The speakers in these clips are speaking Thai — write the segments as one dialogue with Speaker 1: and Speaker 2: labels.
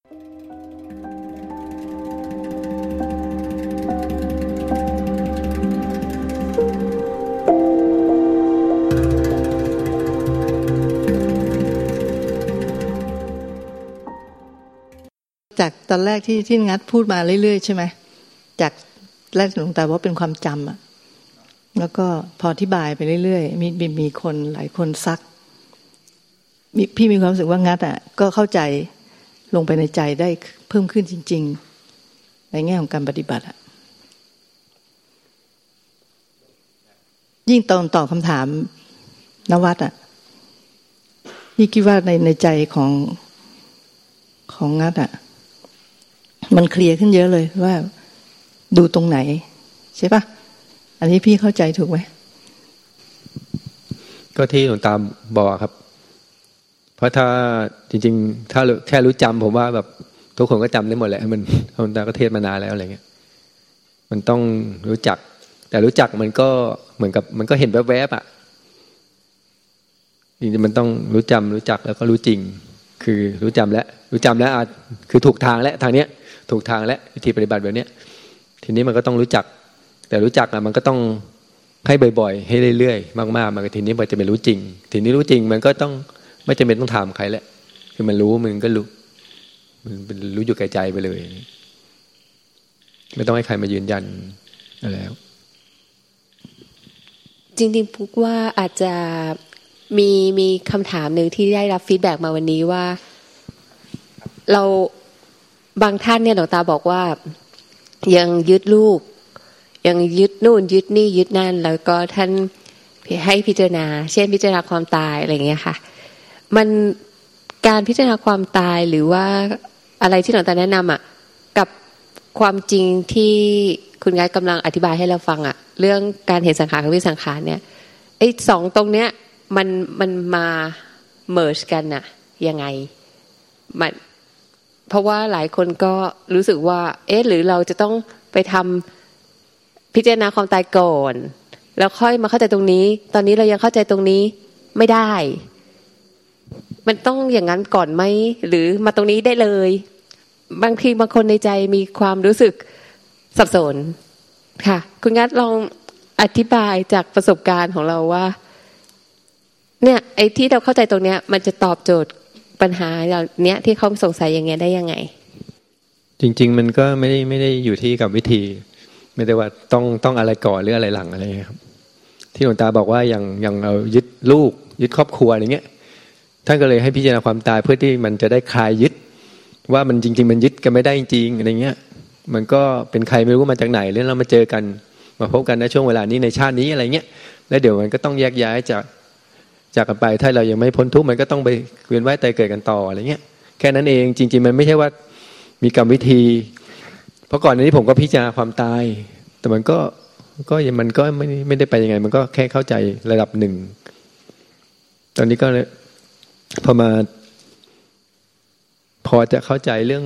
Speaker 1: จากตอนแรกที่งัดพูดมาเรื่อยๆใช่ไหมจากแรกหลวงตาว่าเป็นความจำอะแล้วก็พออธิบายไปเรื่อยๆมีคนหลายคนซักพี่มีความรู้สึกว่างัดอะก็เข้าใจลงไปในใจได้เพิ่มขึ้นจริงๆในแง่ของการปฏิบัติอะยิ่งตอนตอบคำถามนวัดอะพี่คิดว่าในใจของงัดอะมันเคลียร์ขึ้นเยอะเลยว่าดูตรงไหนใช่ปะอันนี้พี่เข้าใจถูกไหม
Speaker 2: ก็ที่หลวงตาบอกครับเพราะถ้าจริงๆถ้าแค่รู้จำผมว่าแบบทุกคนก็จำได้หมดแหละมันหลวงตาก็เทศมานานแล้วอะไรเงี้ยมันต้องรู้จักแต่รู้จักมันก็เหมือนกับมันก็เห็นแวบๆอ่ะจริงๆมันต้องรู้จักแล้วก็รู้จริงคือรู้จำแล้วคือถูกทางแล้วทางเนี้ยถูกทางแล้ววิธีปฏิบัติแบบเนี้ยทีนี้มันก็ต้องรู้จักแต่รู้จักอ่ะมันก็ต้องให้บ่อยๆให้เรื่อยๆมากๆมันก็ทีนี้มันจะไม่รู้จริงทีนี้รู้จริงมันก็ต้องไม่จำเป็นต้องถามใครแล้วคือมันรู้มันก็รู้มันเป็นรู้อยู่แก่ใจไปเลยไม่ต้องให้ใครมายืนยันแล้ว
Speaker 3: จริงๆปุ๊กว่าอาจจะมีคำถามหนึ่งที่ได้รับฟีดแบ็กมาวันนี้ว่าเราบางท่านเนี่ยหลวงตาบอกว่ายังยึดลูกยังยึดนู่นยึดนี่ยึดนั่นแล้วก็ท่านให้พิจารณาเช่นพิจารณาความตายอะไรอย่างเงี้ยค่ะมันการพิจารณาความตายหรือว่าอะไรที่หลวงตาแนะนำอ่ะกับความจริงที่คุณงายกำลังอธิบายให้เราฟังอ่ะเรื่องการเห็นสังขารกับวิสังขารเนี่ยไอ้สองตรงเนี้ยมันมาเมิร์จกันน่ะยังไงมันเพราะว่าหลายคนก็รู้สึกว่าหรือเราจะต้องไปทำพิจารณาความตายก่อนแล้วค่อยมาเข้าใจตรงนี้ตอนนี้เรายังเข้าใจตรงนี้ไม่ได้มันต้องอย่างนั้นก่อนไหมหรือมาตรงนี้ได้เลยบางทีบางคนในใจมีความรู้สึกสับสนค่ะคุณงัดลองอธิบายจากประสบการณ์ของเราว่าเนี่ยไอ้ที่เราเข้าใจตรงเนี้ยมันจะตอบโจทย์ปัญหาอย่างเนี้ยที่เขาสงสัยอย่างเงี้ยได้ยังไง
Speaker 2: จริงๆมันก็ไม่ได้อยู่ที่กับวิธีไม่ได้ว่าต้องอะไรก่อนหรืออะไรหลังอะไรครับที่หลวงตาบอกว่าอย่างเอายึดลูกยึดครอบครัวอะไรเงี้ยท่านก็เลยให้พิจารณาความตายเพื่อที่มันจะได้คลายยึดว่ามันจริงๆมันยึดกันไม่ได้จริงอะไรเงี้ยมันก็เป็นใครไม่รู้มาจากไหนแล้วเรามาเจอกันมาพบกันในช่วงเวลานี้ในชาตินี้อะไรเงี้ยแล้วเดี๋ยวมันก็ต้องแยกย้ายจากกันไปถ้าเรายังไม่พ้นทุกข์มันก็ต้องไปเวียนว่ายตายเกิดกันต่ออะไรเงี้ยแค่นั้นเองจริงๆมันไม่ใช่ว่ามีกรรมวิธีเพราะก่อนนี้ผมก็พิจารณาความตายแต่มันก็ไม่ได้ไปยังไงมันก็แค่เข้าใจระดับหนึ่งตอนนี้ก็พอจะเข้าใจเรื่อง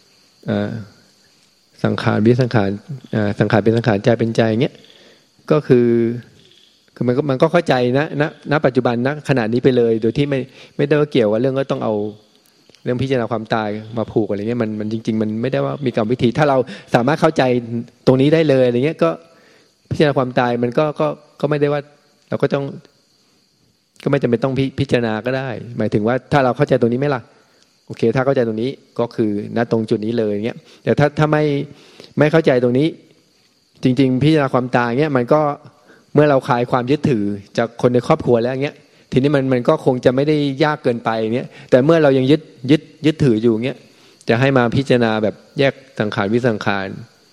Speaker 2: สังขารวิสังขารสังขารเป็นสังขารใจเป็นใจเงี้ยก็คือมันก็เข้าใจณปัจจุบันณขณะนี้ไปเลยโดยที่ไม่ได้ว่าเกี่ยวกับเรื่องก็ต้องเอาเรื่องพิจารณาความตายมาผูกอะไรเงี้ยมันจริงๆมันไม่ได้ว่ามีกรรมวิธีถ้าเราสามารถเข้าใจตรงนี้ได้เลยอะไรเงี้ยก็พิจารณาความตายมันก็ไม่ได้ว่าเราก็ไม่จำเป็นต้องพิจารณาก็ได้หมายถึงว่าถ้าเราเข้าใจตรงนี้ไหมล่ะโอเคถ้าเข้าใจตรงนี้ก็คือณตรงจุดนี้เลยเงี้ยแต่ถ้าไม่เข้าใจตรงนี้จริงๆพิจารณาความตายเงี้ยมันก็เมื่อเราคลายความยึดถือจากคนในครอบครัวแล้วเงี้ยทีนี้มันก็คงจะไม่ได้ยากเกินไปเงี้ยแต่เมื่อเรายังยึดถืออยู่เงี้ยจะให้มาพิจารณาแบบแยกสังขารวิสังขาร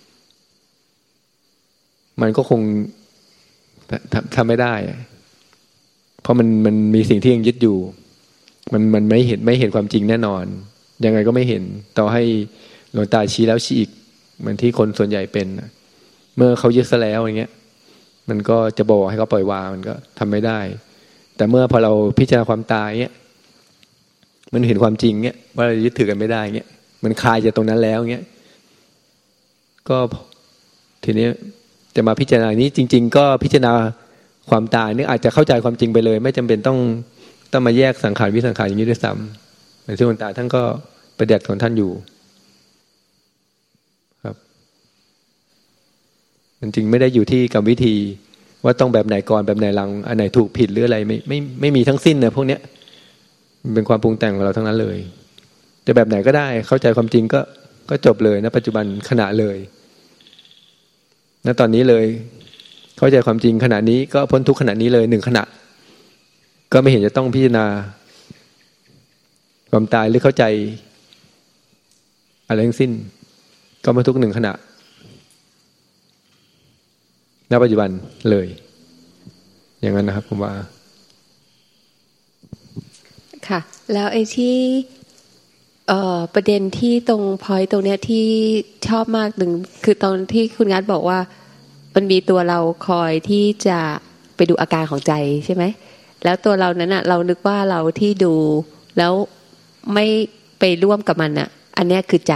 Speaker 2: มันก็คงทำไม่ได้เพราะมันมีสิ่งที่ยังยึดอยู่มันไม่เห็นความจริงแน่นอนยังไงก็ไม่เห็นต่อให้หลวงตาชี้แล้วชี้อีกเหมือนที่คนส่วนใหญ่เป็นเมื่อเขายึดซะแล้วอย่างเงี้ยมันก็จะบอกให้เขาปล่อยวางมันก็ทำไม่ได้แต่เมื่อพอเราพิจารณาความตายเงี้ยมันเห็นความจริงเงี้ยว่าเรายึดถือกันไม่ได้เงี้ยมันคลายจากตรงนั้นแล้วเงี้ยก็ทีนี้จะมาพิจารณานี้จริงๆก็พิจารณาความตายนี่อาจจะเข้าใจความจริงไปเลยไม่จำเป็นต้องมาแยกสังขารวิสังขารอย่างนี้ด้วยซ้ำเหมือนที่หลวงตาท่านก็ประเด็จของท่านอยู่มันจริงไม่ได้อยู่ที่กรรมวิธีว่าต้องแบบไหนก่อนแบบไหนหลังอันไหนถูกผิดหรืออะไรไม่มีทั้งสิ้นนะพวกเนี้ยมันเป็นความปรุงแต่งของเราทั้งนั้นเลยจะแบบไหนก็ได้เข้าใจความจริงก็จบเลยนะปัจจุบันขณะเลยณตอนนี้เลยเข้าใจความจริงขณะนี้ก็พ้นทุกขณะนี้เลย1ขณะก็ไม่เห็นจะต้องพิจารณาความตายหรือเข้าใจอะไรทั้งสิ้นก็มาทุก1ขณะณปัจจุบันเลยอย่างนั้นนะครับผมว่า
Speaker 3: ค่ะแล้วไอ้ที่ประเด็นที่ตรงพอยต์ตรงเนี้ยที่ชอบมากหนึ่งคือตอนที่คุณงัดบอกว่ามันมีตัวเราคอยที่จะไปดูอาการของใจใช่ไหมแล้วตัวเรานั้นน่ะเรานึกว่าเราที่ดูแล้วไม่ไปร่วมกับมันน่ะอันเนี้ยคือใจ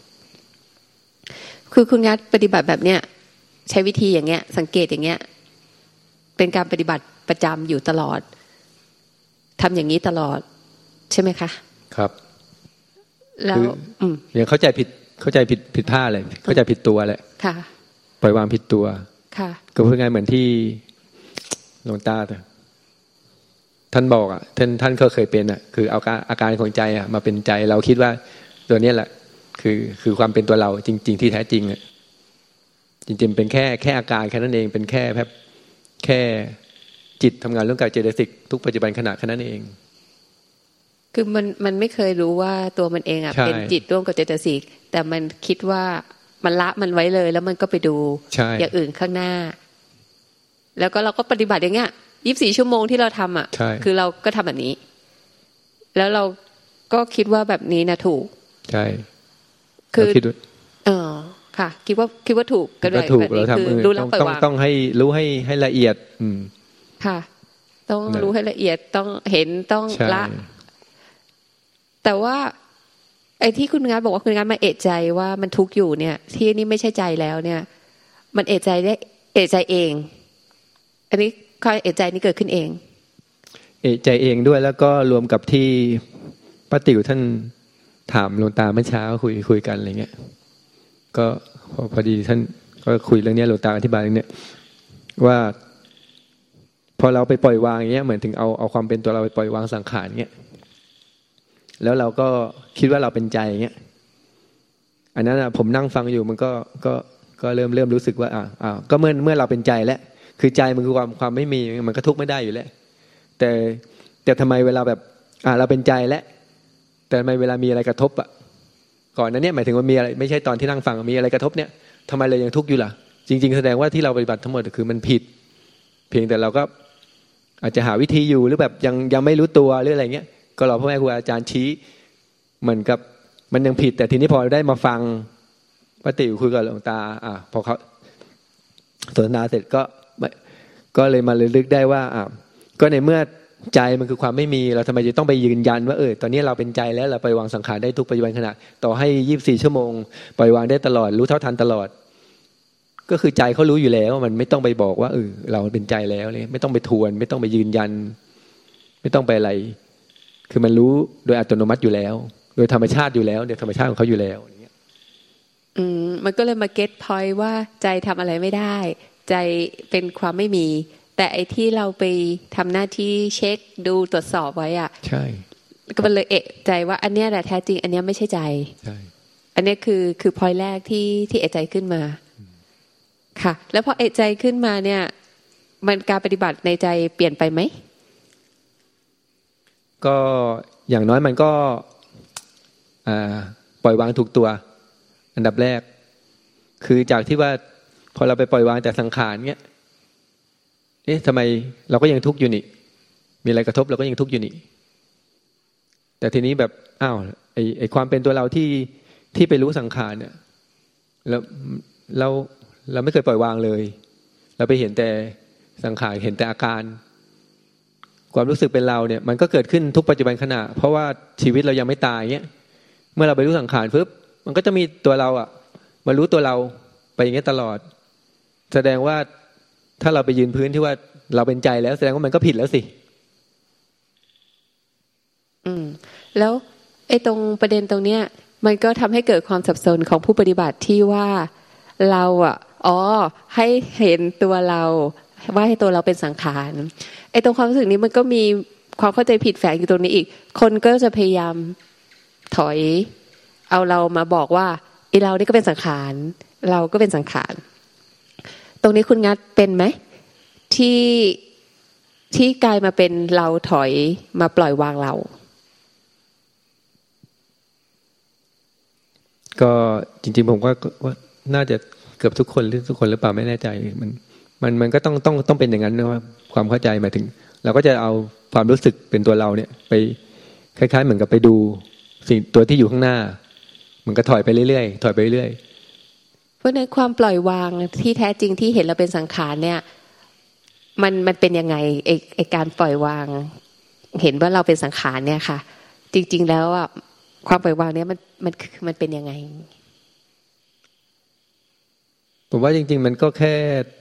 Speaker 3: คือคุณงัดปฏิบัติแบบเนี้ยใช้วิธีอย่างเงี้ยสังเกตอย่างเงี้ยเป็นการปฏิบัติประจำอยู่ตลอดทำอย่างนี้ตลอดใช่ไหมคะครับแล้ว
Speaker 2: อย่างเข้าใจผิดท่าเลยเข้าใจผิดตัวแหละค่ะปล่อยวางผิดตัวค่ะก็พูดง่ายเหมือนที่หลวงตาท่านบอกอ่ะท่านก็เคยเป็นอ่ะคือเอาอาการของใจอ่ะมาเป็นใจเราคิดว่าตัวนี้แหละคือความเป็นตัวเราจริงๆที่แท้จริงอ่ะจริงๆเป็นแค่อาการแค่นั้นเองเป็นแค่จิตทำงานเรื่องกายเจตสิกทุกปัจจุบันขณะแค่นั้นเอง
Speaker 3: คือมันไม่เคยรู้ว่าตัวมันเองอ่ะเป็นจิตร่วมกับเจตสิกแต่มันคิดว่ามันละมันไว้เลยแล้วมันก็ไปดูอย่างอื่นข้างหน้าแล้วก็เราก็ปฏิบัติอย่างเงี้ย24ชั่วโมงที่เราทำอ่ะคือเราก็ทำแบบนี้แล้วเราก็คิดว่าแบบนี้นะถูกใช่คือค่ะคิดว่าถูกก็ได้แบบนี้คือรู้แล้วปล่อยวาง
Speaker 2: ต้องให้รู้ให้ละเอียด
Speaker 3: ค่ะต้องรู้ให้ละเอียดต้องเห็นต้องละแต่ว่าไอ้ที่คุณงัดบอกว่าคุณงัดมาเอะใจว่ามันทุกข์อยู่เนี่ยที่นี่ไม่ใช่ใจแล้วเนี่ยมันเอะใจได้เอะใจเองอันนี้คอยเอะใจนี่เกิดขึ้นเอง
Speaker 2: เอะใจเองด้วยแล้วก็รวมกับที่ป้าติ๋วท่านถามหลวงตาเมื่อเช้าคุยกันอะไรเงี้ยก็พอดีท่านก็คุยเรื่องนี้หลวงตาอธิบายเรื่องนี้ว่าพอเราไปปล่อยวางอย่างเงี้ยเหมือนถึงเอาความเป็นตัวเราไปปล่อยวางสังขารเงี้ยแล้วเราก็คิดว่าเราเป็นใจเงี้ยอันนั้นผมนั่งฟังอยู่มันก็เริ่มรู้สึกว่าก็เมื่อเราเป็นใจแล้วคือใจมันคือความไม่มีมันก็ทุกข์ไม่ได้อยู่แล้วแต่ทำไมเวลาแบบเราเป็นใจแล้วแต่ทำไมเวลามีอะไรกระทบก่อนนั้นเนี่ยหมายถึงว่ามีอะไรไม่ใช่ตอนที่นั่งฟังมีอะไรกระทบเนี่ยทำไมเรายังทุกข์อยู่ล่ะจริงๆแสดงว่าที่เราปฏิบัติทั้งหมดคือมันผิดเพียงแต่เราก็อาจจะหาวิธีอยู่หรือแบบยังไม่รู้ตัวหรืออะไรเงี้ยก็รอพ่อแม่ครูอาจารย์ชี้เหมือนกับมันยังผิดแต่ทีนี้พอได้มาฟังป้าติ๋วคุยกับหลวงตาพอเขาสนทนาเสร็จก็เลยมาลึกได้ว่าก็ในเมื่อใจมันคือความไม่มีเราทำไมจะต้องไปยืนยันว่าตอนนี้เราเป็นใจแล้วเราปล่อยวางสังขารได้ทุกปัจจุบันขณะต่อให้24ชั่วโมงปล่อยวางได้ตลอดรู้เท่าทันตลอดก็คือใจเขารู้อยู่แล้วมันไม่ต้องไปบอกว่าเราเป็นใจแล้วเลยไม่ต้องไปทวนไม่ต้องไปยืนยันไม่ต้องไปอะไรคือมันรู้โดยอัตโนมัติอยู่แล้วโดยธรรมชาติอยู่แล้วโดยธรรมชาติของเขาอยู่แล้วอย่างเงี้ย
Speaker 3: มันก็เลยมาเก็ตพอยต์ว่าใจทำอะไรไม่ได้ใจเป็นความไม่มีแต่ไอ้ที่เราไปทำหน้าที่เช็คดูตรวจสอบไว้
Speaker 2: ใช่
Speaker 3: ก็มันเลยเอะใจว่าอันเนี้ยแหละแท้จริงอันเนี้ยไม่ใช่ใจ
Speaker 2: ใช่
Speaker 3: อันนี้คือพอยต์แรกที่เอะใจขึ้นมาค่ะแล้วพอเอะใจขึ้นมาเนี่ยมันการปฏิบัติในใจเปลี่ยนไปไหม
Speaker 2: ก็อย่างน้อยมันก็ปล่อยวางถูกตัวอันดับแรกคือจากที่ว่าพอเราไปปล่อยวางแต่สังขารเงี้ยทำไมเราก็ยังทุกข์อยู่นี่มีอะไรกระทบเราก็ยังทุกข์อยู่นี่แต่ทีนี้แบบไอ้ความเป็นตัวเราที่ไปรู้สังขารเนี่ยแล้วเราไม่เคยปล่อยวางเลยเราไปเห็นแต่สังขารเห็นแต่อาการความรู้สึกเป็นเราเนี่ยมันก็เกิดขึ้นทุกปัจจุบันขณะเพราะว่าชีวิตเรายังไม่ตายเงี้ยเมื่อเราไปรู้สังขารปุ๊บมันก็จะมีตัวเรามารู้ตัวเราไปอย่างเงี้ยตลอดแสดงว่าถ้าเราไปยืนพื้นที่ว่าเราเป็นใจแล้วแสดงว่ามันก็ผิดแล้วสิ
Speaker 3: แล้วไอ้ตรงประเด็นตรงเนี้ยมันก็ทำให้เกิดความสับสนของผู้ปฏิบัติที่ว่าเราให้เห็นตัวเราว่าให้ตัวเราเป็นสังขารไอ้ตรงความรู้สึกนี้มันก็มีความเข้าใจผิดแฝงอยู่ตรงนี้อีกคนก็จะพยายามถอยเอาเรามาบอกว่าไอ้เรานี่ก็เป็นสังขารเราก็เป็นสังขารตรงนี้คุณงัดเป็นไหมที่กลายมาเป็นเราถอยมาปล่อยวางเรา
Speaker 2: ก็จริงๆผมว่าน่าจะเกือบทุกคนหรือทุกคนหรือเปล่าไม่แน่ใจมันก็ต้องเป็นอย่างนั้นนะว่าความเข้าใจหมายถึงเราก็จะเอาความรู้สึกเป็นตัวเราเนี่ยไปคล้ายๆเหมือนกับไปดูสิ่งตัวที่อยู่ข้างหน้ามันก็ถอยไปเรื่อยๆถอยไปเรื่อย
Speaker 3: เพราะในความปล่อยวางที่แท้จริงที่เห็นเราเป็นสังขารเนี่ยมันเป็นยังไงไอการปล่อยวางเห็นว่าเราเป็นสังขารเนี่ยค่ะจริงๆแล้วอ่ะความปล่อยวางเนี่ยมันเป็นยังไง
Speaker 2: ผมว่าจริงๆมันก็แค่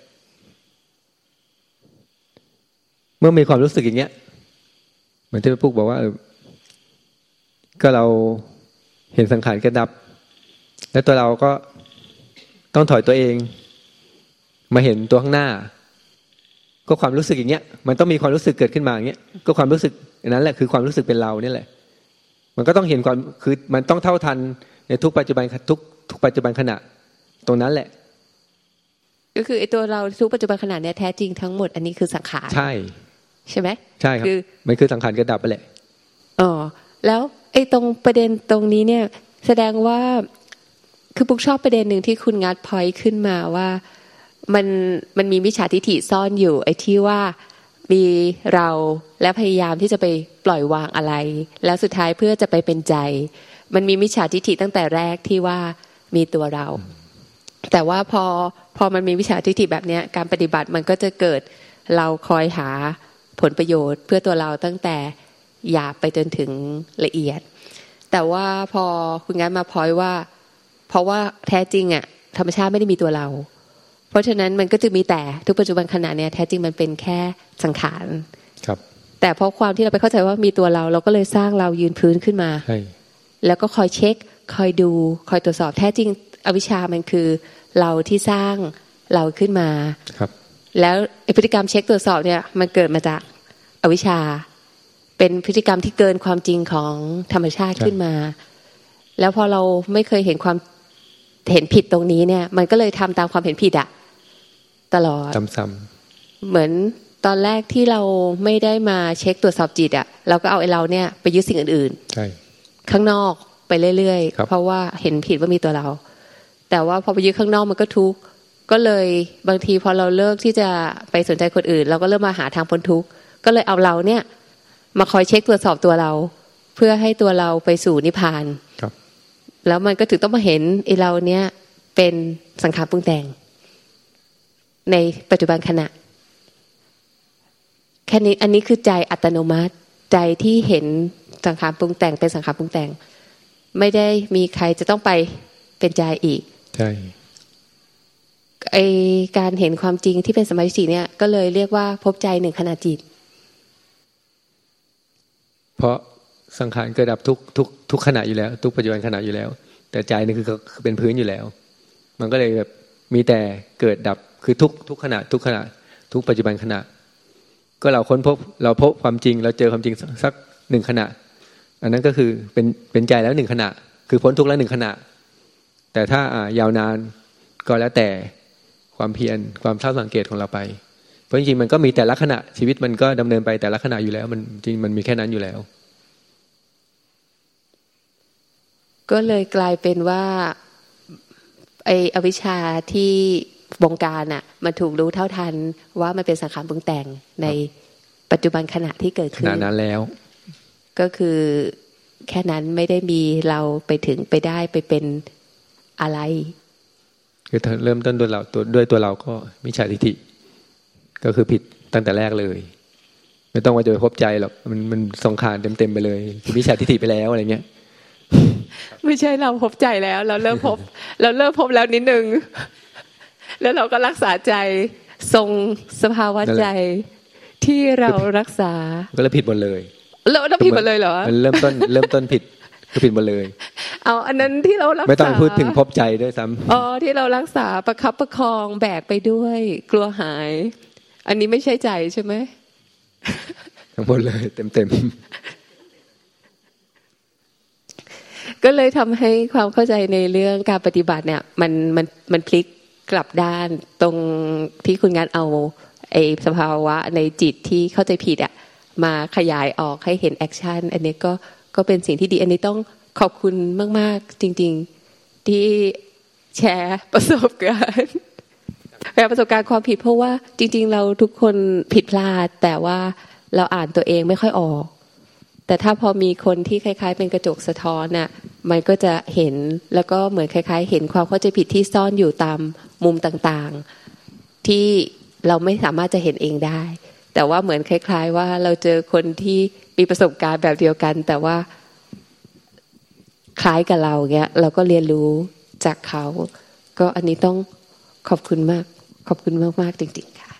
Speaker 2: เมื่อมีความรู้สึกอย่างเงี้ยเหมือนที่พระพุทธบอกว่าก็เราเห็นสังขารกระดับแล้วตัวเราก็ต้องถอยตัวเองมาเห็นตัวข้างหน้าก็ความรู้สึกอย่างเงี้ยมันต้องมีความรู้สึกเกิดขึ้นมาอย่างเงี้ยก็ความรู้สึกนั้นแหละคือความรู้สึกเป็นเรานี่แหละมันก็ต้องเห็นความคือมันต้องเท่าทันในทุกปัจจุบันทุกปัจจุบันขณะตรงนั้นแหละ
Speaker 3: ก็คือไอ้ตัวเราทุกปัจจุบันขณะเนี้ยแท้จริงทั้งหมดอันนี้คือสังขารใช่ไหม
Speaker 2: ใช่ครับมันคือสังขารกระดับไปแหละ
Speaker 3: แล้วไอ้ตรงประเด็นตรงนี้เนี่ยแสดงว่าคือปุ๊กชอบประเด็นหนึ่งที่คุณงัดพอยต์ขึ้นมาว่ามันมีมิจฉาทิฐิซ่อนอยู่ไอ้ที่ว่ามีเราและพยายามที่จะไปปล่อยวางอะไรแล้วสุดท้ายเพื่อจะไปเป็นใจมันมีมิจฉาทิฐิตั้งแต่แรกที่ว่ามีตัวเราแต่ว่าพอมันมีมิจฉาทิฐิแบบนี้การปฏิบัติมันก็จะเกิดเราคอยหาผลประโยชน์เพื่อตัวเราตั้งแต่หยาบไปจนถึงละเอียดแต่ว่าพอคุณงัดมาพอยว่าเพราะว่าแท้จริงอ่ะธรรมชาติไม่ได้มีตัวเราเพราะฉะนั้นมันก็จะมีแต่ทุกปัจจุบันขณะเนี้ยแท้จริงมันเป็นแค่สังขาร
Speaker 2: ครับ
Speaker 3: แต่เพราะความที่เราไปเข้าใจว่ามีตัวเราก็เลยสร้างเรายืนพื้นขึ้นมาแล้วก็คอยเช็คคอยดูคอยตรวจสอบแท้จริงอวิชชามันคือเราที่สร้างเราขึ้นมา
Speaker 2: ครับ
Speaker 3: แล้วพฤติกรรมเช็คตรวจสอบเนี่ยมันเกิดมาจากอวิชชาเป็นพฤติกรรมที่เกินความจริงของธรรมชาติขึ้นมาแล้วพอเราไม่เคยเห็นความเห็นผิดตรงนี้เนี่ยมันก็เลยทำตามความเห็นผิดอะตลอด
Speaker 2: ซ้ำ
Speaker 3: ๆเหมือนตอนแรกที่เราไม่ได้มาเช็คตรวจสอบจิตอะเราก็เอาไอ้เราเนี่ยไปยึดสิ่งอื่น
Speaker 2: ๆใช่
Speaker 3: ข้างนอกไปเรื่อยๆเพราะว่าเห็นผิดว่ามีตัวเราแต่ว่าพอไปยึดข้างนอกมันก็ทุกข์ก็เลยบางทีพอเราเลิกที่จะไปสนใจคนอื่นเราก็เริ่มมาหาทางพ้นทุกข์ก็เลยเอาเราเนี่ยมาคอยเช็คตรวจสอบตัวเราเพื่อให้ตัวเราไปสู่นิพพานแล้วมันก็ถึงต้องมาเห็นไอ้เราเนี้ยเป็นสังขารปรุงแต่งในปัจจุบันขณะแค่นี้อันนี้คือใจอัตโนมัติใจที่เห็นสังขารปรุงแต่งเป็นสังขารปรุงแต่งไม่ได้มีใครจะต้องไปเป็นใจอีก
Speaker 2: ใช่
Speaker 3: ไอการเห็นความจริงที่เป็นสมาธิเนี่ยก็เลยเรียกว่าพบใจหนึ่งขณะจิต
Speaker 2: เพราะสังขารเกิดดับทุกขณะอยู่แล้วทุกปัจจุบันขณะอยู่แล้วแต่ใจนี่คือเป็นพื้นอยู่แล้วมันก็เลยแบบมีแต่เกิดดับคือทุกขณะทุกปัจจุบันขณะก็เราค้นพบเราพบความจริงเราเจอความจริงสักหนึ่งขณะอันนั้นก็คือเป็นใจแล้วหนึ่งขณะคือพ้นทุกข์แล้วหนึ่งขณะแต่ถ้ายาวนานก็แล้วแต่ความเพียรความเท่าสังเกตของเราไปเพราะจริงๆมันก็มีแต่ละขณะชีวิตมันก็ดำเนินไปแต่ละขณะอยู่แล้วมันจริงมันมีแค่นั้นอยู่แล้ว
Speaker 3: ก็เลยกลายเป็นว่าไอ้อวิชชาที่บงการอ่ะมันถูกรู้เท่าทันว่ามันเป็นสังขารปรุงแต่งในปัจจุบันขณะที่เกิดขึ้น
Speaker 2: ขณะนั้นแล้ว
Speaker 3: ก็คือแค่นั้นไม่ได้มีเราไปถึงไปได้ไปเป็นอะไร
Speaker 2: คือเริ่มต้นด้วยตัวเราก็มิจฉาทิฏฐิก็คือผิดตั้งแต่แรกเลยไม่ต้องว่าจะไปพบใจหรอกมันสังขารเต็มไปเลยคือมิจฉาทิฏฐิไปแล้วอะไรเงี้ย
Speaker 3: ไม่ใช่เราพบใจแล้วเราเริ่มพบแล้วนิดนึงแล้วเราก็รักษาใจทรงสภาวะใจที่เรารักษา
Speaker 2: ก็เลยผิดหมดเลย
Speaker 3: แล้วผิดหมดเลยเหรอ
Speaker 2: มันเริ่มต้นผิดคือผิดหมดเลย
Speaker 3: เอาอันนั้นที่เรารักษา
Speaker 2: ไม่ต้องพูดถึงพบใจด้วยซ้ำ
Speaker 3: อ๋อที่เรารักษาประคับประคองแบกไปด้วยกลัวหายอันนี้ไม่ใช่ใจใช่ไหม
Speaker 2: ทั้งหมดเลยเต็ม
Speaker 3: ก็เลยทำให้ความเข้าใจในเรื่องการปฏิบัติเนี่ยมันพลิกกลับด้านตรงที่คุณงานเอาไอ้สภาวะในจิตที่เข้าใจผิดอ่ะมาขยายออกให้เห็นแอคชั่นอันนี้ก็เป็นสิ่งที่ดีอันนี้ต้องขอบคุณมากๆจริงๆที่แชร์ประสบการณ์ความผิดเพราะว่าจริงๆเราทุกคนผิดพลาดแต่ว่าเราอ่านตัวเองไม่ค่อยออกแต่ถ้าพอมีคนที่คล้ายๆเป็นกระจกสะท้อนน่ะมันก็จะเห็นแล้วก็เหมือนคล้ายๆเห็นความเข้าใจผิดที่ซ่อนอยู่ตามมุมต่างๆที่เราไม่สามารถจะเห็นเองได้แต่ว่าเหมือนคล้ายๆว่าเราเจอคนที่มีประสบการณ์แบบเดียวกันแต่ว่าคล้ายกับเราเงี้ยเราก็เรียนรู้จากเขาก็อันนี้ต้องขอบคุณมากขอบคุณมากๆจริงๆค่ะ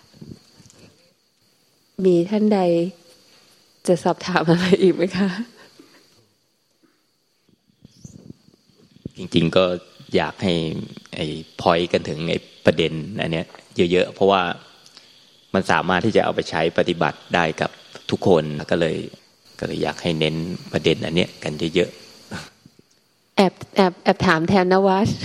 Speaker 3: มีท่านใดจะสอบถามอะไรอีกไหมคะ
Speaker 4: จริงๆก็อยากให้ไอ้พอยต์กันถึงไอ้ประเด็นอันเนี้ยเยอะๆเพราะว่ามันสามารถที่จะเอาไปใช้ปฏิบัติได้กับทุกคนก็เลยอยากให้เน้นประเด็นอันเนี้ยกันเยอะ
Speaker 3: ๆแอบถามแทนนวัด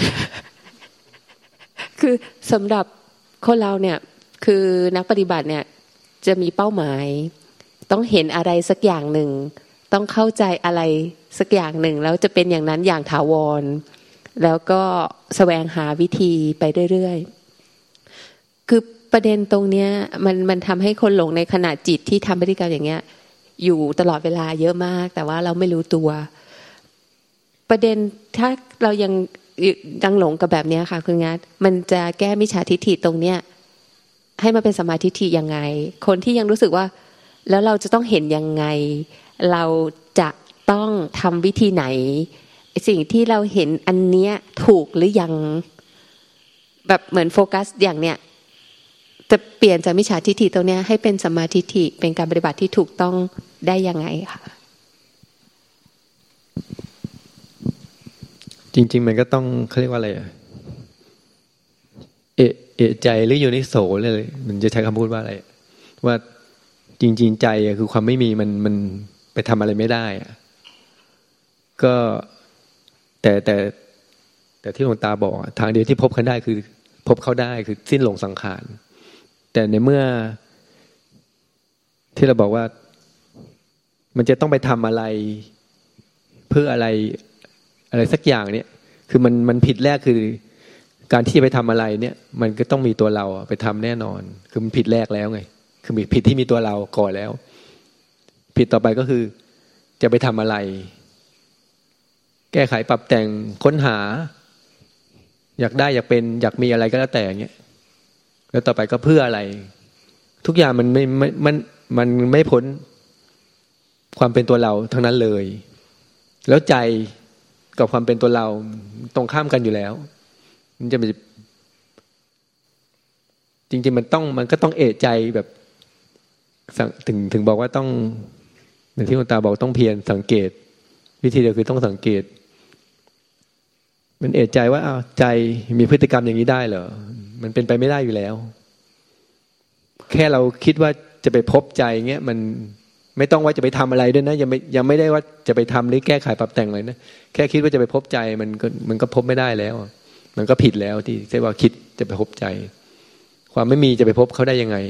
Speaker 3: คือสำหรับคนเราเนี่ยคือนักปฏิบัติเนี่ยจะมีเป้าหมายต้องเห็นอะไรสักอย่างหนึ่งต้องเข้าใจอะไรสักอย่างหนึ่งแล้วจะเป็นอย่างนั้นอย่างถาวรแล้วก็แสวงหาวิธีไปเรื่อยๆคือประเด็นตรงเนี้ยมันทำให้คนหลงในขณะจิตที่ทำพฤติกรรมอย่างเงี้ยอยู่ตลอดเวลาเยอะมากแต่ว่าเราไม่รู้ตัวประเด็นถ้าเรายังหลงกับแบบนี้ค่ะคุณงัดมันจะแก้มิจฉาทิฏฐิตรงเนี้ยให้มันเป็นสัมมาทิฏฐิยังไงคนที่ยังรู้สึกว่าแล้วเราจะต้องเห็นยังไงเราจะต้องทำวิธีไหนสิ่งที่เราเห็นอันเนี้ยถูกหรือยังแบบเหมือนโฟกัสอย่างเนี้ยจะเปลี่ยนจากมิจฉาทิฏฐิตรงเนี้ยให้เป็นสัมมาทิฏฐิเป็นการปฏิบัติที่ถูกต้องได้ยังไงค่ะ
Speaker 2: จริงๆมันก็ต้องเขาเรียกว่าอะไรเอะใจหรือโยนิโสเลยมันจะใช้คำพูดว่าอะไรว่าจริงๆใจคือความไม่มีมันไปทำอะไรไม่ได้ก็แต่ที่หลวงตาบอกทางเดียวที่พบเขาได้คือพบเขาได้คือสิ้นหลงสังขารแต่ในเมื่อที่เราบอกว่ามันจะต้องไปทำอะไรเพื่ออะไรสักอย่างเนี่ยคือมันผิดแรกคือการที่จะไปทำอะไรเนี่ยมันก็ต้องมีตัวเราไปทำแน่นอนคือมันผิดแรกแล้วไงคือผิดที่มีตัวเราก่อนแล้วผิดต่อไปก็คือจะไปทำอะไรแก้ไขปรับแต่งค้นหาอยากได้อยากเป็นอยากมีอะไรก็แล้วแต่อย่างเงี้ยแล้วต่อไปก็เพื่ออะไรทุกอย่างมันไม่พ้นความเป็นตัวเราทั้งนั้นเลยแล้วใจกับความเป็นตัวเราตรงข้ามกันอยู่แล้วมันจะจริงๆมันก็ต้องเอะใจแบบถึงบอกว่าต้องอย่างที่หลวงตาบอกต้องเพียรสังเกตวิธีเดียวคือต้องสังเกตมันเอะใจว่าอ้าวใจมีพฤติกรรมอย่างนี้ได้เหรอมันเป็นไปไม่ได้อยู่แล้วแค่เราคิดว่าจะไปพบใจเงี้ยมันไม่ต้องว่าจะไปทำอะไรด้วยนะยังไม่ได้ว่าจะไปทำหรือแก้ไขปรับแต่งอะไรนะแค่คิดว่าจะไปพบใจมันก็พบไม่ได้แล้วมันก็ผิดแล้วที่ใช่ว่าคิดจะไปพบใจความไม่มีจะไปพบเขาได้ยังไง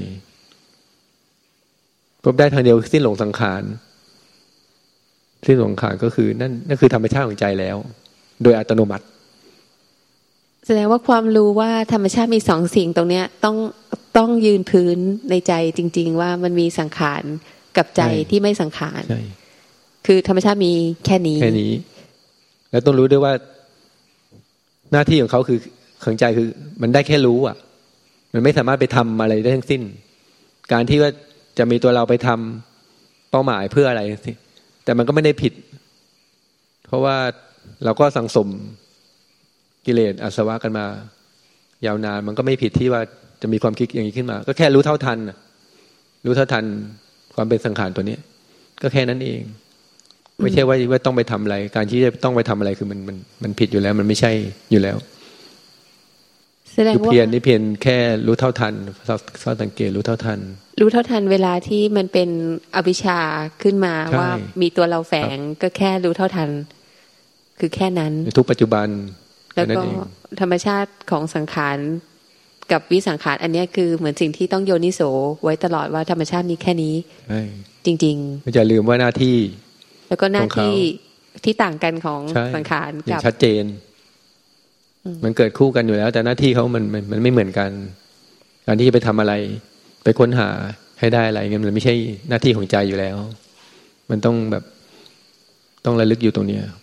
Speaker 2: พบได้ทางเดียวสิ้นหลงสังขารสิ้นหลงสังขารก็คือนั่นคือธรรมชาติของใจแล้วโดยอัตโนมัติ
Speaker 3: แสดงว่าความรู้ว่าธรรมชาติมีสองสิ่งตรงเนี้ยต้องยืนพื้นในใจจริงๆว่ามันมีสังขารกับใจที่ไม่สังขารคือธรรมชาติมีแค่นี้
Speaker 2: แล้วต้องรู้ด้วยว่าหน้าที่ของเขาคือของใจคือมันได้แค่รู้อ่ะมันไม่สามารถไปทำอะไรได้ทั้งสิ้นการที่ว่าจะมีตัวเราไปทำเป้าหมายเพื่ออะไรสิแต่มันก็ไม่ได้ผิดเพราะว่าเราก็สังสมกิเลสอาสวะกันมายาวนานมันก็ไม่ผิดที่ว่าจะมีความคิดอย่างนี้ขึ้นมาก็แค่รู้เท่าทันความเป็นสังขารตัวนี้ก็แค่นั้นเองไม่ใช่ว่าต้องไปทำอะไรการที่จะต้องไปทำอะไรคือมันผิดอยู่แล้วมันไม่ใช่อยู่แล้วคือเพียรนี่เพียรแค่รู้เท่าทันสังเกตรู้เท่าทัน
Speaker 3: เวลาที่มันเป็นอวิชชาขึ้นมาว่ามีตัวเราแฝงก็แค่รู้เท่าทันคือแค่นั้น
Speaker 2: ทุกปัจจุบัน
Speaker 3: แล้วก็ธรรมชาติของสังขารกับวิสังขารอันนี้คือเหมือนสิ่งที่ต้องโยนิโสไว้ตลอดว่าธรรมชาติมีแค่นี้จริงๆ
Speaker 2: ไม่จะลืมว่าหน้าที่
Speaker 3: แล้วก็หน้าที่ที่ต่างกันของสังขารกับ
Speaker 2: ชัดเจนมันเกิดคู่กันอยู่แล้วแต่หน้าที่เขามันไม่เหมือนกันการที่จะไปทำอะไรไปค้นหาให้ได้อะไรเงี้ยมันไม่ใช่หน้าที่ของใจอยู่แล้วมันต้องแบบต้องระลึกอยู่ตรงเนี้ย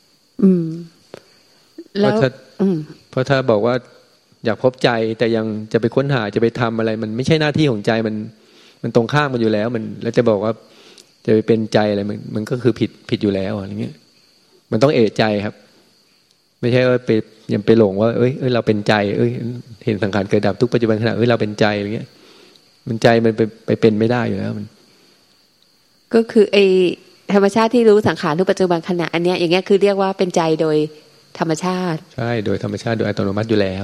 Speaker 2: แล้วเพราะถ้าบอกว่าอยากพบใจแต่ยังจะไปค้นหาจะไปทำอะไรมันไม่ใช่หน้าที่ของใจมันตรงข้ามกันอยู่แล้วมันแล้วจะบอกว่าจะไปเป็นใจอะไรมันก็คือผิดอยู่แล้วอะไรเงี้ยมันต้องเอะใจครับไม่ใช่ว่าไปยังไปหลงว่าเอ้ยเราเป็นใจเห็นสังขารเกิดดับทุกปัจจุบันขณะเราเป็นใจอะไรเงี้ยมันใจมันไปเป็นไม่ได้อยู่แล้วมัน
Speaker 3: ก็คือไอธรรมชาติที่รู้สังขารทุกปัจจุบันขณะอันเนี้ยอย่างเงี้ยคือเรียกว่าเป็นใจโดยธรรมชาติ
Speaker 2: ใช่โดยธรรมชาติโดยอัตโนมัติอยู่แล้ว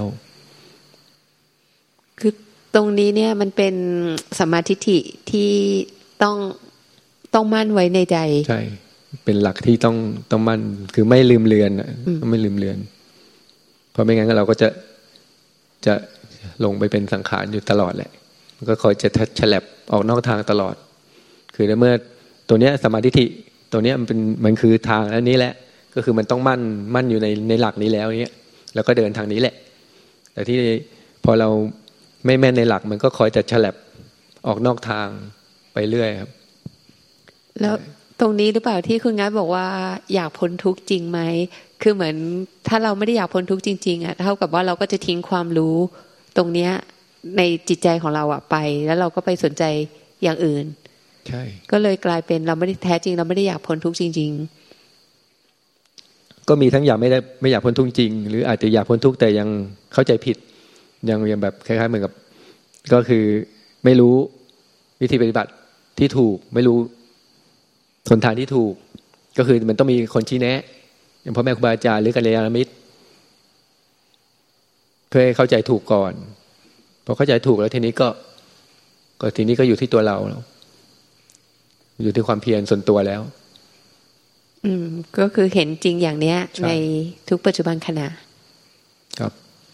Speaker 3: คือตรงนี้เนี่ยมันเป็นสัมมาทิฏฐิที่ต้องมั่นไว้ในใจ
Speaker 2: ใช่เป็นหลักที่ต้องมั่นคือไม่ลืมเลือนต้องไม่ลืมเลือนเพราะไม่งั้นเราก็จะลงไปเป็นสังขารอยู่ตลอดแหละมันก็คอยจะฉลับออกนอกทางตลอดคือเมื่อตัวเนี้ยสัมมาทิฏฐิตัวเนี้ยมันคือทางอันนี้แหละก็คือมันต้องมั่นอยู่ในหลักนี้แล้วเนี้ยแล้วก็เดินทางนี้แหละแต่ที่พอเราไม่แม่นในหลักมันก็คอยจะฉลับออกนอกทางไปเรื่อยครับ
Speaker 3: แล้วตรงนี้หรือเปล่าที่คุณงัดบอกว่าอยากพ้นทุกข์จริงไหมคือเหมือนถ้าเราไม่ได้อยากพ้นทุกข์จริงๆอ่ะเท่ากับว่าเราก็จะทิ้งความรู้ตรงเนี้ยในจิตใจของเราอ่ะไปแล้วเราก็ไปสนใจอย่างอื่น
Speaker 2: ใช่
Speaker 3: ก็เลยกลายเป็นเราไม่ได้แท้จริงเราไม่ได้อยากพ้นทุกข์จริง
Speaker 2: ๆก็มีทั้งไม่อยากพ้นทุกข์จริงหรืออาจจะอยากพ้นทุกข์แต่ยังเข้าใจผิดยังแบบคล้ายๆเหมือนกับก็คือไม่รู้วิธีปฏิบัติที่ถูกไม่รู้หนทางที่ถูกก็คือมันต้องมีคนชี้แนะอย่างพ่อแม่ครูบาอาจารย์หรือกัลยาณมิตรเพื่อให้เข้าใจถูกก่อนพอเข้าใจถูกแล้วทีนี้ก็อยู่ที่ตัวเราอยู่ที่ความเพียรส่วนตัวแล้ว
Speaker 3: ก็คือเห็นจริงอย่างเนี้ยในทุกปัจจุบันขณะ
Speaker 2: ครับ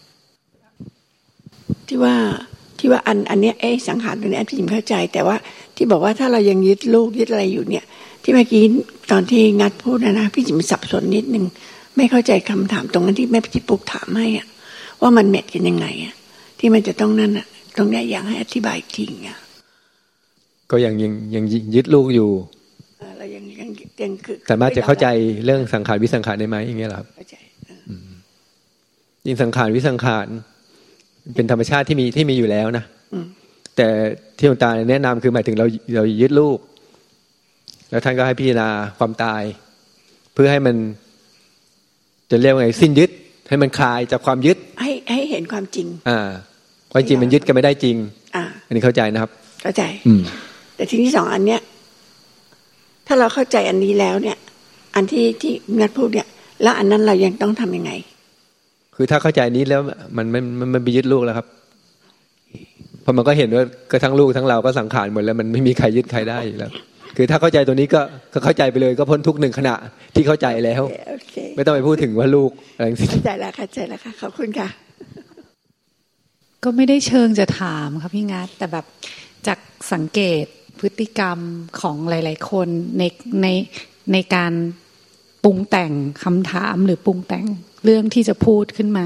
Speaker 5: ที่ว่าอันเนี้ยสังขารตัวนี้พี่จิ๋มเข้าใจแต่ว่าที่บอกว่าถ้าเรายังยึดลูกยึดอะไรอยู่เนี่ยที่เมื่อกี้ตอนที่งัดพูดนะพี่จิ๋มสับสนนิดนึงไม่เข้าใจคำถามตรงนั้นที่แม่พี่ปุ๊กถามให้อ่ะว่ามันแมทกันยังไงอ่ะที่มันจะต้องนั่นอ่ะตรงนี้อยากให้อธิบายอีกทีอ่ะ
Speaker 2: ก็ยังยึดลูกอยู่
Speaker 5: เรายังคือ
Speaker 2: สามารถจะเข้าใจเรื่องสังขารวิสังขารได้ไหมอย่างเงี้ยหรอครับ
Speaker 5: เข้าใจ
Speaker 2: ยิ่งสังขารวิสังขารเป็นธรรมชาติที่มีอยู่แล้วนะแต่ที่หลวงตาแนะนำคือหมายถึงเรายึดลูกแล้วท่านก็ให้พิจารณาความตายเพื่อให้มันจะเรียกว่าไงสิ้นยึดให้มันคลายจากความยึด
Speaker 5: ให้เห็นความจริง
Speaker 2: ความจริงมันยึดกันไม่ได้จริงอันนี้เข้าใจนะครับ
Speaker 5: เข้าใจแต่ทีนี้สองอันเนี้ยถ้าเราเข้าใจอันนี้แล้วเนี่ยอันที่งัดพูดเนี่ยแล้วอันนั้นเรายังต้องทำยังไง
Speaker 2: คือถ้าเข้าใจนี้แล้วมันไปยึดลูกแล้วครับเพราะมันก็เห็นว่าก็ทั้งลูกทั้งเราก็สังขารหมดแล้วมันไม่มีใครยึดใครได้อยู่แล้วคือถ้าเข้าใจตัวนี้ก็เข้าใจไปเลยก็พ้นทุกหนึ่งขณะที่เข้าใจแล้วไม่ต้องไปพูดถึงว่าลูกอะไรอย่างนี้
Speaker 5: เข้าใจแล้วค่ะขอบคุณค่ะ
Speaker 6: ก็ไม่ได้เชิงจะถามค่ะพี่งัดแต่แบบจากสังเกตพฤติกรรมของหลายๆคนในการปรุงแต่งคำถามหรือปรุงแต่งเรื่องที่จะพูดขึ้นมา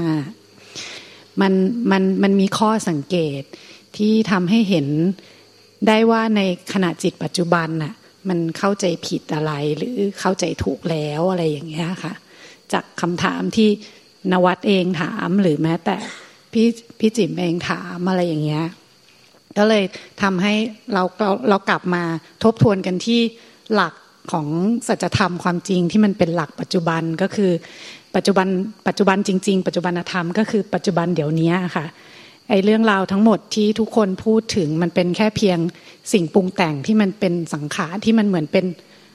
Speaker 6: มันมีข้อสังเกตที่ทำให้เห็นได้ว่าในขณะจิตปัจจุบันน่ะมันเข้าใจผิดอะไรหรือเข้าใจถูกแล้วอะไรอย่างเงี้ยค่ะจากคำถามที่นวัดเองถามหรือแม้แต่พี่จิ๋มเองถามอะไรอย่างเงี้ยก็เลยทำให้เรากลับมาทบทวนกันที่หลักของสัจธรรมความจริงที่มันเป็นหลักปัจจุบันก็คือปัจจุบันจริงๆปัจจุบันธรรมก็คือปัจจุบันเดี๋ยวนี้ค่ะไอ้เรื่องราวทั้งหมดที่ทุกคนพูดถึงมันเป็นแค่เพียงสิ่งปรุงแต่งที่มันเป็นสังขารที่มันเหมือนเป็น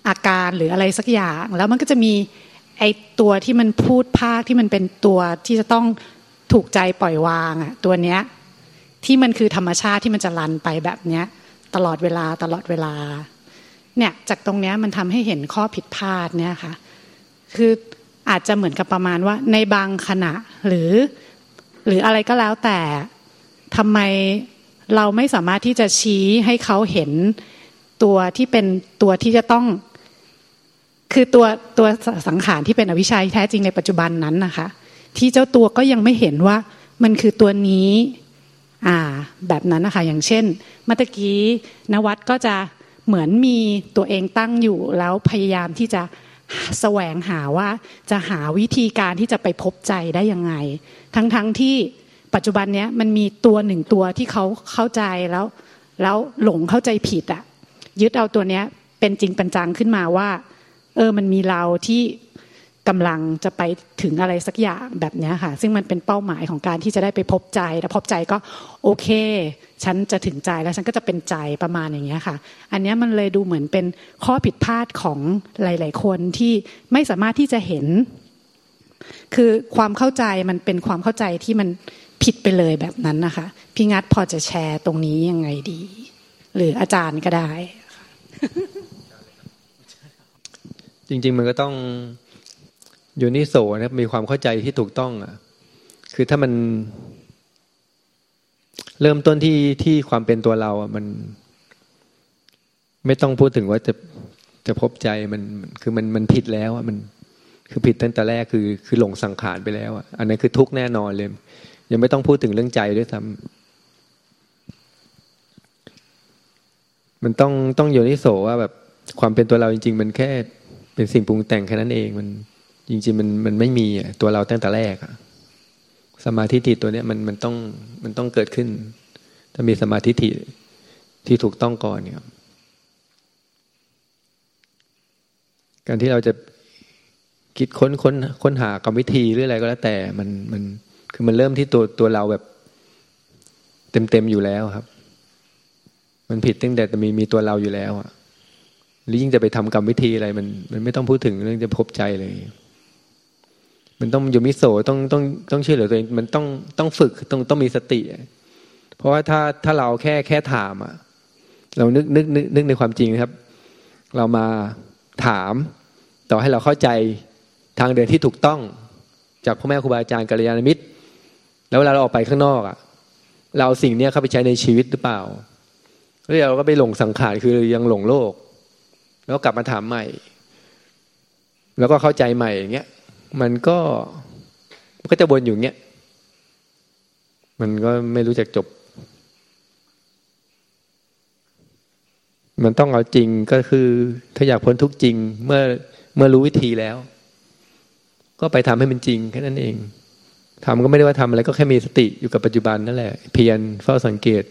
Speaker 6: อาการหรืออะไรสักอย่างแล้วมันก็จะมีไอตัวที่มันพูดภาคที่มันเป็นตัวที่จะต้องถูกใจปล่อยวางอ่ะตัวเนี้ยที่มันคือธรรมชาติที่มันจะรันไปแบบเนี้ยตลอดเวลาเนี่ยจากตรงเนี้ยมันทำให้เห็นข้อผิดพลาดเนี่ยค่ะคืออาจจะเหมือนกับประมาณว่าในบางขณะหรืออะไรก็แล้วแต่ทำไมเราไม่สามารถที่จะชี้ให้เขาเห็นตัวที่เป็นตัวที่จะต้องคือตัวสังขารที่เป็นอวิชชาแท้จริงในปัจจุบันนั้นนะคะที่เจ้าตัวก็ยังไม่เห็นว่ามันคือตัวนี้แบบนั้นนะคะอย่างเช่นเมื่อกี้นวัดก็จะเหมือนมีตัวเองตั้งอยู่แล้วพยายามที่จะแสวงหาว่าจะหาวิธีการที่จะไปพบใจได้ยังไงทั้งที่ปัจจุบันเนี้ยมันมีตัวหนึ่งตัวที่เขาเข้าใจแล้วหลงเข้าใจผิดอ่ะยึดเอาตัวเนี้ยเป็นจริงเป็นจังขึ้นมาว่ามันมีเราที่กำลังจะไปถึงอะไรสักอย่างแบบนี้ค่ะซึ่งมันเป็นเป้าหมายของการที่จะได้ไปพบใจแล้วพบใจก็โอเคฉันจะถึงใจแล้วฉันก็จะเป็นใจประมาณอย่างเงี้ยค่ะอันนี้มันเลยดูเหมือนเป็นข้อผิดพลาดของหลายๆคนที่ไม่สามารถที่จะเห็นคือความเข้าใจมันเป็นความเข้าใจที่มันผิดไปเลยแบบนั้นนะคะพี่งัดพอจะแชร์ตรงนี้ยังไงดีหรืออาจารย์ก็ได้
Speaker 2: จริงๆมันก็ต้องโยนิโสนะมีความเข้าใจที่ถูกต้องคือถ้ามันเริ่มต้นที่ความเป็นตัวเรามันไม่ต้องพูดถึงว่าจะพบใจมันคือมันผิดแล้วมันคือผิดตั้งแต่แรกคือหลงสังขารไปแล้วอันนั้นคือทุกข์แน่นอนเลยยังไม่ต้องพูดถึงเรื่องใจด้วยซ้ำมันต้องโยนิโสว่าแบบความเป็นตัวเราจริงๆมันแค่เป็นสิ่งปรุงแต่งแค่นั้นเองมันจริงๆมันไม่มีตัวเราตั้งแต่แรกสมาธิตัวเนี้ยมันต้องเกิดขึ้นถ้ามีสมาธิที่ถูกต้องก่อนเนี่ยการที่เราจะคิดค้นหากรรมวิธีหรืออะไรก็แล้วแต่มันคือมันเริ่มที่ตัวเราแบบเต็มอยู่แล้วครับมันผิดตั้งแต่มีตัวเราอยู่แล้วหรือยิ่งจะไปทำกรรมวิธีอะไรมันไม่ต้องพูดถึงเรื่องจะพบใจเลยมันต้องโยมิโสต้องช่วยเหลือตัวเองมันต้องฝึกต้องมีสติเพราะว่าถ้าเราแค่ถามเรานึกในความจริงนะครับเรามาถามต่อให้เราเข้าใจทางเดินที่ถูกต้องจากพ่อแม่ครูบาอาจารย์กัลยาณมิตรแล้วเวลาเราออกไปข้างนอกเราเอาสิ่งนี้เข้าไปใช้ในชีวิตหรือเปล่าแล้วเราก็ไปหลงสังขารคือยังหลงโลกแล้วกลับมาถามใหม่แล้วก็เข้าใจใหม่อย่างเงี้ยมันก็จะวนอยู่อย่างเงี้ยมันก็ไม่รู้จักจบมันต้องเอาจริงก็คือถ้าอยากพ้นทุกข์จริงเมื่อรู้วิธีแล้วก็ไปทำให้มันจริงแค่นั้นเองทำก็ไม่ได้ว่าทำอะไรก็แค่มีสติอยู่กับปัจจุบันนั่นแหละเพียรเฝ้าสังเกต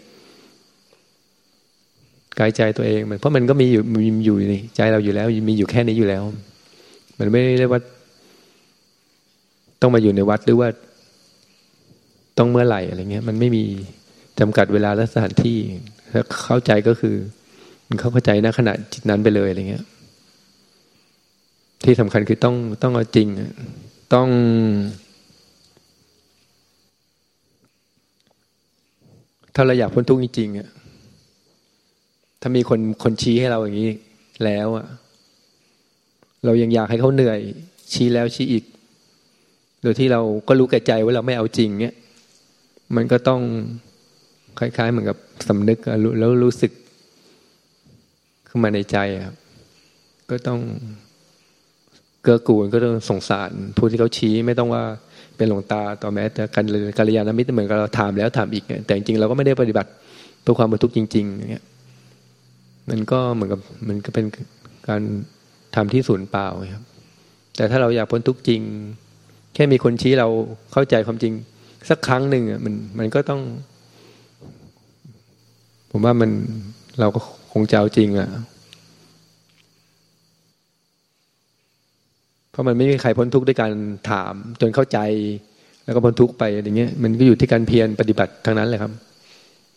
Speaker 2: กายใจตัวเองเพราะมันก็มีอยู่ในใจเราอยู่แล้วมีอยู่แค่นี้อยู่แล้วมันไม่ได้ว่าต้องมาอยู่ในวัดหรือว่าต้องเมื่อไหร่อะไรเงี้ยมันไม่มีจำกัดเวลาและสถานที่ถ้าเข้าใจก็คือมันเข้าใจณขณะจิตนั้นไปเลยอะไรเงี้ยที่สำคัญคือต้องเอาจริงต้องถ้าเราอยากพ้นทุกข์จริงๆถ้ามีคนชี้ให้เราอย่างนี้แล้วเรายังอยากให้เขาเหนื่อยชี้แล้วชี้อีกโดยที่เราก็รู้แก่ใจว่าเราไม่เอาจริงเนี้ยมันก็ต้องคล้ายๆเหมือนกับสำนึกแล้วรู้สึกขึ้นมาในใจครับก็ต้องเกื้อกูลก็ต้องสงสารผู้ที่เขาชี้ไม่ต้องว่าเป็นหลวงตาต่อแม้แต่กัลยาณมิตรเหมือนกับเราถามแล้วถามอีกแต่จริงๆเราก็ไม่ได้ปฏิบัติเพื่อความบรรทุกจริงๆอย่างเงี้ยมันก็เหมือนกับมันก็เป็นการทำที่ศูนย์เปล่าครับแต่ถ้าเราอยากพ้นทุกข์จริงแค่มีคนชี้เราเข้าใจความจริงสักครั้งหนึ่งมันก็ต้องผมว่าเราก็คงจะเอาจริงเพราะมันไม่มีใครพ้นทุกข์ด้วยการถามจนเข้าใจแล้วก็พ้นทุกข์ไปอย่างเงี้ยมันก็อยู่ที่การเพียรปฏิบัติทั้งนั้นเลยครับ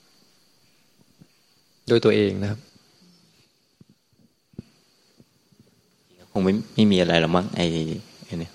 Speaker 2: โดยตัวเองนะครับ
Speaker 4: งไม่มีอะไรหรอกมั้งไอ้นี่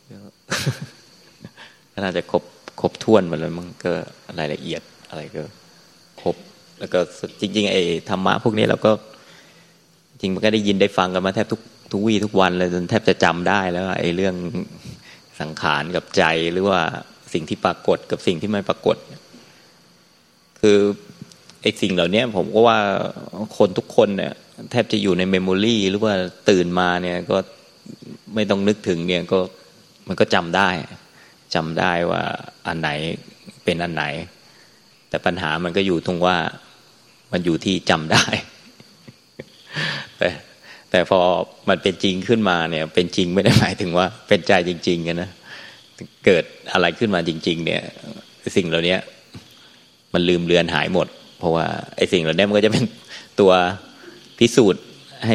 Speaker 4: ก็น่าจะครบถ้วนหมดแล้วมั้งก็รายละเอียดอะไรก็ครบแล้วก็จริงๆไอ้ธรรมะพวกนี้เราก็จริงมันก็ได้ยินได้ฟังกันมาแทบทุกวี่ทุกวันเลยจนแทบจะจำได้แล้วไอ้เรื่องสังขารกับใจหรือว่าสิ่งที่ปรากฏกับสิ่งที่ไม่ปรากฏคือไอ้สิ่งเหล่านี้ผมก็ว่าคนทุกคนเนี่ยแทบจะอยู่ในเมมโมรีหรือว่าตื่นมาเนี่ยก็ไม่ต้องนึกถึงเนี่ยก็มันก็จำได้ว่าอันไหนเป็นอันไหนแต่ปัญหามันก็อยู่ตรงว่ามันอยู่ที่จำได้แต่พอมันเป็นจริงขึ้นมาเนี่ยเป็นจริงไม่ได้หมายถึงว่าเป็นใจจริงๆกันนะเกิดอะไรขึ้นมาจริงๆเนี่ยสิ่งเหล่านี้มันลืมเลือนหายหมดเพราะว่าไอ้สิ่งเหล่านี้มันก็จะเป็นตัวพิสูจน์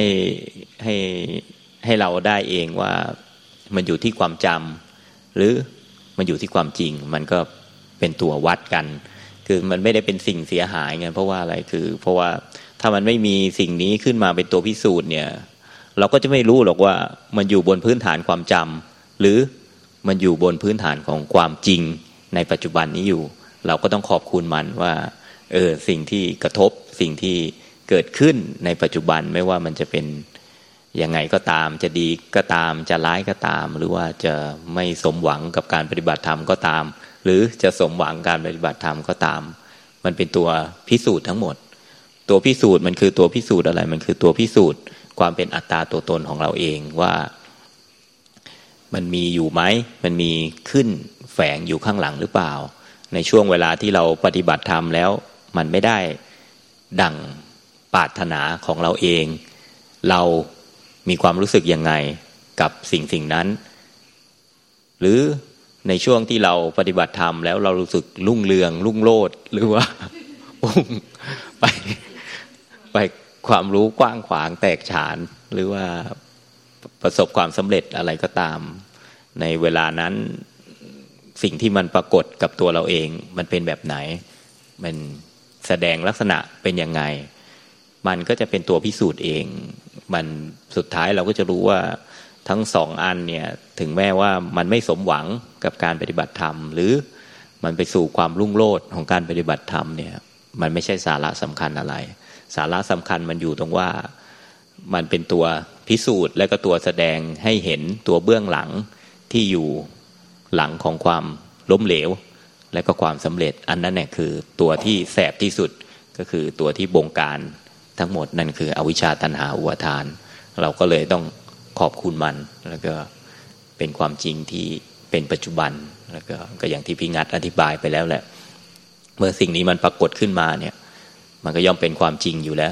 Speaker 4: ให้เราได้เองว่ามันอยู่ที่ความจำหรือมันอยู่ที่ความจริงมันก็เป็นตัววัดกันคือมันไม่ได้เป็นสิ่งเสียหายไงเพราะว่าอะไรคือเพราะว่าถ้ามันไม่มีสิ่งนี้ขึ้นมาเป็นตัวพิสูจน์เนี่ยเราก็จะไม่รู้หรอกว่ามันอยู่บนพื้นฐานความจำหรือมันอยู่บนพื้นฐานของความจริงในปัจจุบันนี้อยู่เราก็ต้องขอบคุณมันว่าสิ่งที่กระทบสิ่งที่เกิดขึ้นในปัจจุบันไม่ว่ามันจะเป็นยังไงก็ตามจะดีก็ตามจะร้ายก็ตามหรือว่าจะไม่สมหวังกับการปฏิบัติธรรมก็ตามหรือจะสมหวังการปฏิบัติธรรมก็ตามมันเป็นตัวพิสูจน์ทั้งหมดตัวพิสูจน์มันคือตัวพิสูจน์อะไรมันคือตัวพิสูจน์ความเป็นอัตตาตัวตนของเราเองว่ามันมีอยู่ไหมมันมีขึ้นแฝงอยู่ข้างหลังหรือเปล่าในช่วงเวลาที่เราปฏิบัติธรรมแล้วมันไม่ได้ดั่งปรารถนาของเราเองเรามีความรู้สึกยังไงกับสิ่งนั้นหรือในช่วงที่เราปฏิบัติธรรมแล้วเรารู้สึกรุ่งเรืองรุ่งโรจน์หรือว่าไปความรู้กว้างขวางแตกฉานหรือว่าประสบความสำเร็จอะไรก็ตามในเวลานั้นสิ่งที่มันปรากฏกับตัวเราเองมันเป็นแบบไหนมันแสดงลักษณะเป็นยังไงมันก็จะเป็นตัวพิสูจน์เองมันสุดท้ายเราก็จะรู้ว่าทั้งสองอันเนี่ยถึงแม้ว่ามันไม่สมหวังกับการปฏิบัติธรรมหรือมันไปสู่ความรุ่งโรจน์ของการปฏิบัติธรรมเนี่ยมันไม่ใช่สาระสำคัญอะไรสาระสำคัญมันอยู่ตรงว่ามันเป็นตัวพิสูจน์และก็ตัวแสดงให้เห็นตัวเบื้องหลังที่อยู่หลังของความล้มเหลวและก็ความสำเร็จอันนั้นเนี่ยคือตัวที่แสบที่สุดก็คือตัวที่บงการทั้งหมดนั่นคืออวิชชาตัณหาอุปาทานเราก็เลยต้องขอบคุณมันแล้วก็เป็นความจริงที่เป็นปัจจุบันแล้วก็อย่างที่พี่งัดอธิบายไปแล้วแหละเมื่อสิ่งนี้มันปรากฏขึ้นมาเนี่ยมันก็ย่อมเป็นความจริงอยู่แล้ว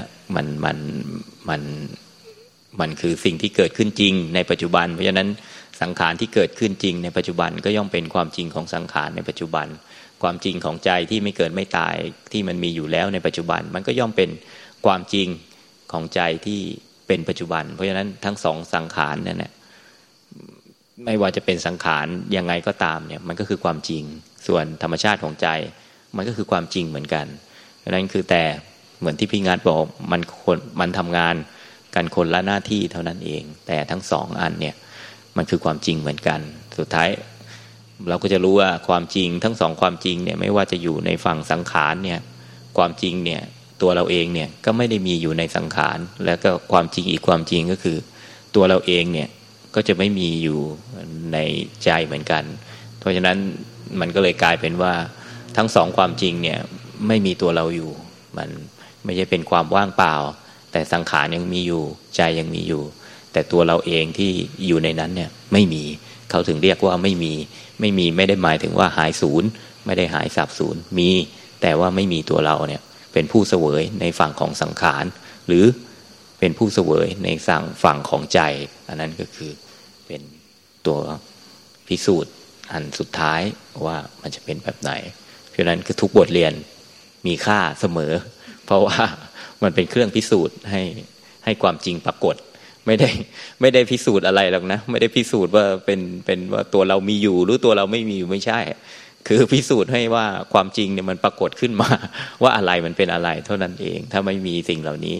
Speaker 4: มันคือสิ่งที่เกิดขึ้นจริงในปัจจุบันเพราะฉะนั้นสังขารที่เกิดขึ้นจริงในปัจจุบันก็ย่อมเป็นความจริงของสังขารในปัจจุบันความจริงของใจที่ไม่เกิดไม่ตายที่มันมีอยู่แล้วในปัจจุบันมันก็ย่อมเป็นความจริงของใจที่เป็นปัจจุบันเพราะฉะนั้นทั้งสองสังขารเนี่ยนะไม่ว่าจะเป็นสังขารยังไงก็ตามเนี่ยมันก็คือความจริงส่วนธรรมชาติของใจมันก็คือความจริงเหมือนกันเพราะฉะนั้นคือแต่เหมือนที่พี่งัดบอกมันทำงานกันคนละหน้าที่เท่านั้นเองแต่ทั้งสองอันเนี่ยมันคือความจริงเหมือนกันสุดท้ายเราก็จะรู้ว่าความจริงทั้งสองความจริงเนี่ยไม่ว่าจะอยู่ในฝั่งสังขารเนี่ยความจริงเนี่ยตัวเราเองเนี่ยก็ไม่ได้มีอยู่ในสังขารแล้วก็ความจริงอีกความจริงก็คือตัวเราเองเนี่ยก็จะไม่มีอยู่ในใจเหมือนกันเพราะฉะนั้นมันก็เลยกลายเป็นว่าทั้งสองความจริงเนี่ยไม่มีตัวเราอยู่มันไม่ใช่เป็นความว่างเปล่าแต่สังขารยังมีอยู่ใจยังมีอยู่แต่ตัวเราเองที่อยู่ในนั้นเนี่ยไม่มีเขาถึงเรียกว่าไม่มีไม่ได้หมายถึงว่าหายศูนย์ไม่ได้หายสับศูนย์มีแต่ว่าไม่มีตัวเราเนี่ยเป็นผู้เสวยในฝั่งของสังขารหรือเป็นผู้เสวยในฝั่งของใจอันนั้นก็คือเป็นตัวพิสูจน์อันสุดท้ายว่ามันจะเป็นแบบไหนเพราะนั้นคือทุกบทเรียนมีค่าเสมอเพราะว่ามันเป็นเครื่องพิสูจน์ให้ความจริงปรากฏไม่ได้พิสูจน์อะไรหรอกนะไม่ได้พิสูจน์ว่าเป็นว่าตัวเรามีอยู่หรือตัวเราไม่มีอยู่ไม่ใช่คือพิสูจน์ให้ว่าความจริงเนี่ยมันปรากฏขึ้นมาว่าอะไรมันเป็นอะไรเท่านั้นเองถ้าไม่มีสิ่งเหล่านี้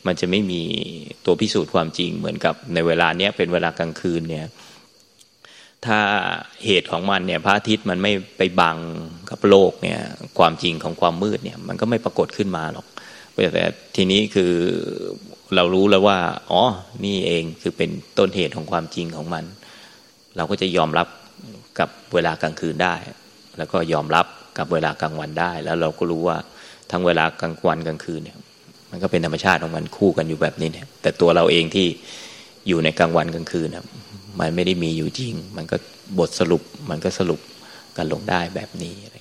Speaker 4: มันจะไม่มีตัวพิสูจน์ความจริงเหมือนกับในเวลาเนี้ยเป็นเวลากลางคืนเนี่ยถ้าเหตุของมันเนี่ยพระอาทิตย์มันไม่ไปบังกับโลกเนี่ยความจริงของความมืดเนี่ยมันก็ไม่ปรากฏขึ้นมาหรอกแต่ทีนี้คือเรารู้แล้วว่าอ๋อนี่เองคือเป็นต้นเหตุของความจริงของมันเราก็จะยอมรับกับเวลากลางคืนได้แล้วก็ยอมรับกับเวลากลางวันได้แล้วเราก็รู้ว่าทั้งเวลากลางวันกลางคืนเนี่ยมันก็เป็นธรรมชาติของมันคู่กันอยู่แบบนี้เนี่ยแต่ตัวเราเองที่อยู่ในกลางวันกลางคืนนะมันไม่ได้มีอยู่จริงมันก็บทสรุปมันก็สรุปกันลงได้แบบนี้